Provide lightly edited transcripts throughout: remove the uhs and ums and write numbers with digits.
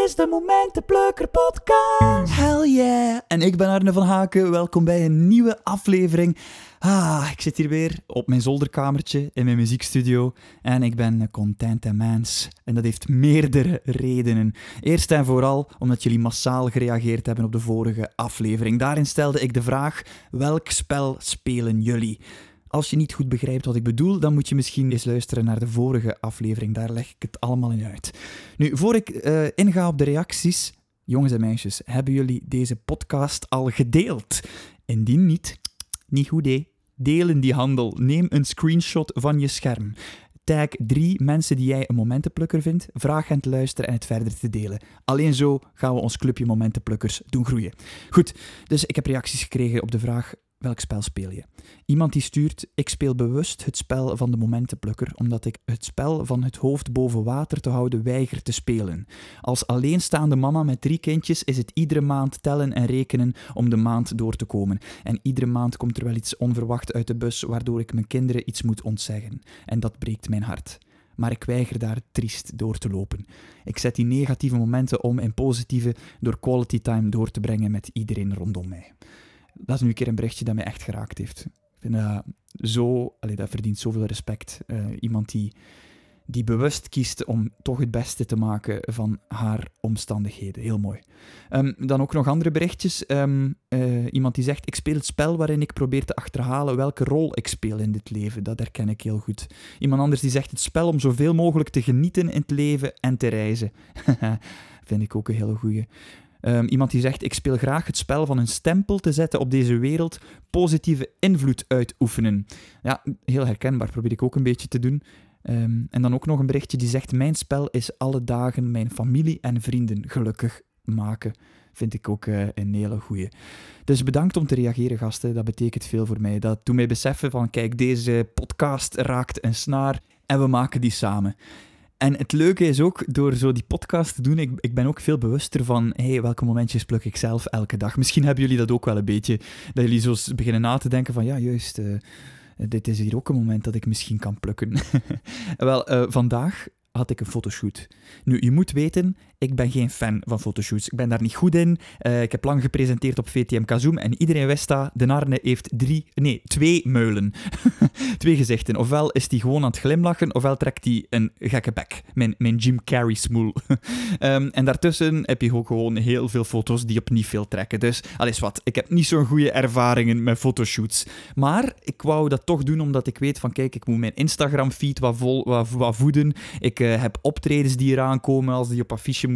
is de Momentenplukker podcast. Hell yeah! En ik ben Arne van Haken. Welkom bij een nieuwe aflevering. Ik zit hier weer op mijn zolderkamertje in mijn muziekstudio en ik ben content en mens. En dat heeft meerdere redenen. Eerst en vooral omdat jullie massaal gereageerd hebben op de vorige aflevering. Daarin stelde ik de vraag: welk spel spelen jullie? Als je niet goed begrijpt wat ik bedoel, dan moet je misschien eens luisteren naar de vorige aflevering. Daar leg ik het allemaal in uit. Nu, voor ik inga op de reacties, jongens en meisjes, hebben jullie deze podcast al gedeeld? Indien niet goed hè. Delen die handel. Neem een screenshot van je scherm. Tag 3 mensen die jij een momentenplukker vindt. Vraag hen te luisteren en het verder te delen. Alleen zo gaan we ons clubje momentenplukkers doen groeien. Goed, dus ik heb reacties gekregen op de vraag: welk spel speel je? Iemand die stuurt: ik speel bewust het spel van de momentenplukker, omdat ik het spel van het hoofd boven water te houden weiger te spelen. Als alleenstaande mama met 3 kindjes is het iedere maand tellen en rekenen om de maand door te komen. En iedere maand komt er wel iets onverwacht uit de bus, waardoor ik mijn kinderen iets moet ontzeggen. En dat breekt mijn hart. Maar ik weiger daar triest door te lopen. Ik zet die negatieve momenten om in positieve door quality time door te brengen met iedereen rondom mij. Dat is nu een keer een berichtje dat mij echt geraakt heeft. Ik vind dat dat verdient zoveel respect. Iemand die bewust kiest om toch het beste te maken van haar omstandigheden. Heel mooi. Dan ook nog andere berichtjes. Iemand die zegt: ik speel het spel waarin ik probeer te achterhalen welke rol ik speel in dit leven. Dat herken ik heel goed. Iemand anders die zegt: het spel om zoveel mogelijk te genieten in het leven en te reizen. Vind ik ook een hele goeie. Iemand die zegt: ik speel graag het spel van een stempel te zetten op deze wereld, positieve invloed uitoefenen. Ja, heel herkenbaar, probeer ik ook een beetje te doen. En dan ook nog een berichtje die zegt: mijn spel is alle dagen mijn familie en vrienden gelukkig maken. Vind ik ook een hele goeie. Dus bedankt om te reageren, gasten. Dat betekent veel voor mij. Dat doet mij beseffen van: kijk, deze podcast raakt een snaar en we maken die samen. En het leuke is ook, door zo die podcast te doen, ik ben ook veel bewuster van welke momentjes pluk ik zelf elke dag. Misschien hebben jullie dat ook wel een beetje, dat jullie zo beginnen na te denken van: ja, juist, dit is hier ook een moment dat ik misschien kan plukken. Wel, vandaag had ik een fotoshoot. Nu, je moet weten, ik ben geen fan van fotoshoots. Ik ben daar niet goed in. Ik heb lang gepresenteerd op VTM Zoom en iedereen wist dat. De Arne heeft 2 muilen. 2 gezichten. Ofwel is hij gewoon aan het glimlachen, ofwel trekt hij een gekke bek. Mijn Jim Carrey smoel. En daartussen heb je ook gewoon heel veel foto's die op niet veel trekken. Dus, alles wat. Ik heb niet zo'n goede ervaringen met fotoshoots. Maar ik wou dat toch doen, omdat ik weet van: kijk, ik moet mijn Instagram-feed wat voeden. Ik heb optredens die eraan komen. Als die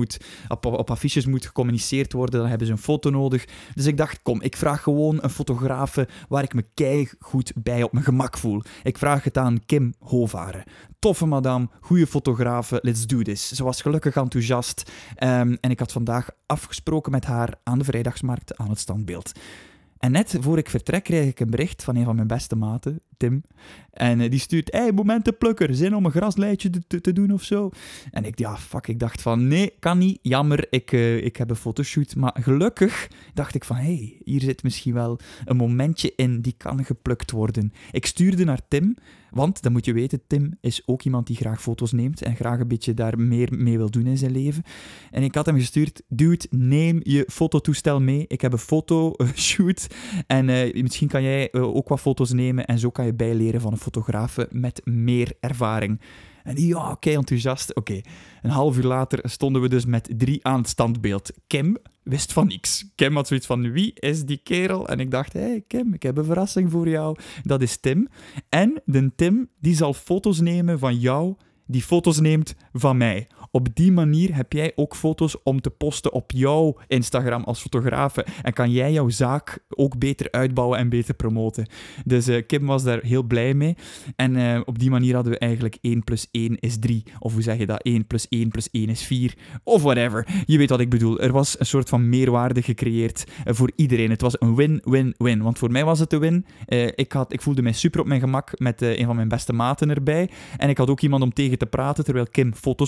op affiches moet gecommuniceerd worden, dan hebben ze een foto nodig. Dus ik dacht, kom, ik vraag gewoon een fotografe waar ik me keigoed bij op mijn gemak voel. Ik vraag het aan Kim Hovaren. Toffe madame, goede fotografe, let's do this. Ze was gelukkig enthousiast. En ik had vandaag afgesproken met haar aan de vrijdagsmarkt aan het standbeeld. En net voor ik vertrek krijg ik een bericht van een van mijn beste maten, Tim. En die stuurt: hey, momentenplukker, zin om een grasleidje te doen of zo? En ik dacht van: nee, kan niet, jammer, ik heb een fotoshoot. Maar gelukkig dacht ik van: hier zit misschien wel een momentje in die kan geplukt worden. Ik stuurde naar Tim, want, dat moet je weten, Tim is ook iemand die graag foto's neemt en graag een beetje daar meer mee wil doen in zijn leven. En ik had hem gestuurd: dude, neem je fototoestel mee. Ik heb een fotoshoot en misschien kan jij ook wat foto's nemen en zo kan je bijleren van een fotografe met meer ervaring. En die, kei enthousiast. Oké, een half uur later stonden we dus met 3 aan het standbeeld. Kim wist van niks. Kim had zoiets van: wie is die kerel? En ik dacht: Kim, ik heb een verrassing voor jou. Dat is Tim. En de Tim, die zal foto's nemen van jou, die foto's neemt van mij. Op die manier heb jij ook foto's om te posten op jouw Instagram als fotografe. En kan jij jouw zaak ook beter uitbouwen en beter promoten. Dus Kim was daar heel blij mee. En op die manier hadden we eigenlijk 1 + 1 is 3. Of hoe zeg je dat? 1 + 1 + 1 is 4. Of whatever. Je weet wat ik bedoel. Er was een soort van meerwaarde gecreëerd voor iedereen. Het was een win-win-win. Want voor mij was het een win. Ik voelde mij super op mijn gemak met een van mijn beste maten erbij. En ik had ook iemand om tegen te praten, terwijl Kim foto's van mij nam.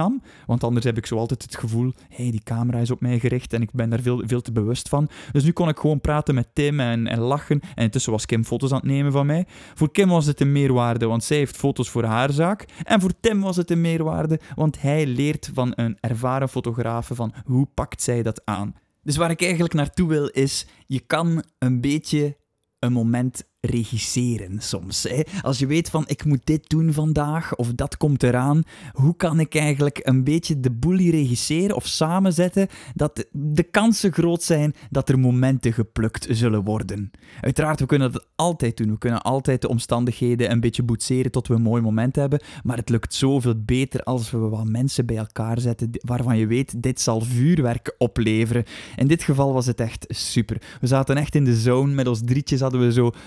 spaam, want anders heb ik zo altijd het gevoel, die camera is op mij gericht en ik ben daar veel te bewust van. Dus nu kon ik gewoon praten met Tim en lachen. En intussen was Kim foto's aan het nemen van mij. Voor Kim was het een meerwaarde, want zij heeft foto's voor haar zaak. En voor Tim was het een meerwaarde, want hij leert van een ervaren fotograaf van hoe pakt zij dat aan. Dus waar ik eigenlijk naartoe wil is, je kan een beetje een moment regisseren soms. Hè? Als je weet van, ik moet dit doen vandaag, of dat komt eraan, hoe kan ik eigenlijk een beetje de boel regisseren of samenzetten dat de kansen groot zijn dat er momenten geplukt zullen worden. Uiteraard, we kunnen dat altijd doen. We kunnen altijd de omstandigheden een beetje boetseren tot we een mooi moment hebben, maar het lukt zoveel beter als we wat mensen bij elkaar zetten waarvan je weet, dit zal vuurwerk opleveren. In dit geval was het echt super. We zaten echt in de zone, met ons drietjes hadden we zo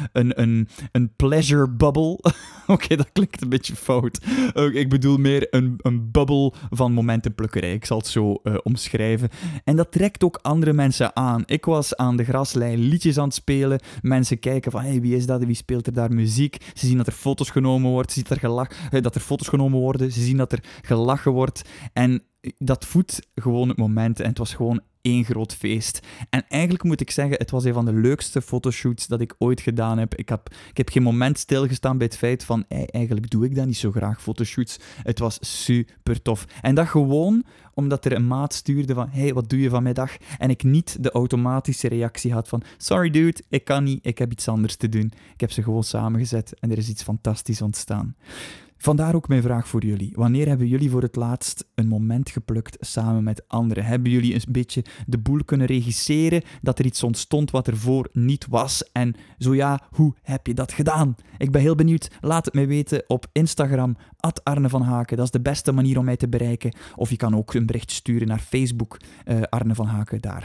een pleasure bubble. Oké, dat klinkt een beetje fout. Ik bedoel meer een bubbel van momentenplukkerij. Ik zal het zo omschrijven. En dat trekt ook andere mensen aan. Ik was aan de graslei liedjes aan het spelen. Mensen kijken van, wie is dat? Wie speelt er daar muziek? Ze zien dat er foto's genomen worden. Ze zien dat er foto's genomen worden. Ze zien dat er gelachen wordt. En dat voedt gewoon het moment. En het was gewoon één groot feest. En eigenlijk moet ik zeggen, het was een van de leukste fotoshoots dat ik ooit gedaan heb. Ik heb geen moment stilgestaan bij het feit van, eigenlijk doe ik dat niet zo graag, fotoshoots. Het was super tof. En dat gewoon omdat er een maat stuurde van, wat doe je vanmiddag? En ik niet de automatische reactie had van, sorry dude, ik kan niet, ik heb iets anders te doen. Ik heb ze gewoon samengezet en er is iets fantastisch ontstaan. Vandaar ook mijn vraag voor jullie. Wanneer hebben jullie voor het laatst een moment geplukt samen met anderen? Hebben jullie een beetje de boel kunnen regisseren, dat er iets ontstond wat ervoor niet was? En zo ja, hoe heb je dat gedaan? Ik ben heel benieuwd. Laat het mij weten op Instagram, @ArneVanHaken. Dat is de beste manier om mij te bereiken. Of je kan ook een bericht sturen naar Facebook, Arne van Haken daar.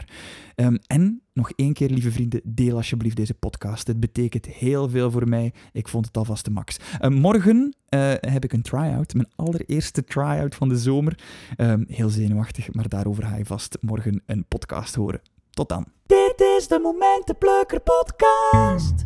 En nog één keer, lieve vrienden, deel alsjeblieft deze podcast. Het betekent heel veel voor mij. Ik vond het alvast de max. Morgen heb ik een try-out, mijn allereerste try-out van de zomer. Heel zenuwachtig, maar daarover ga je vast morgen een podcast horen. Tot dan. Dit is de Momentenplukker podcast.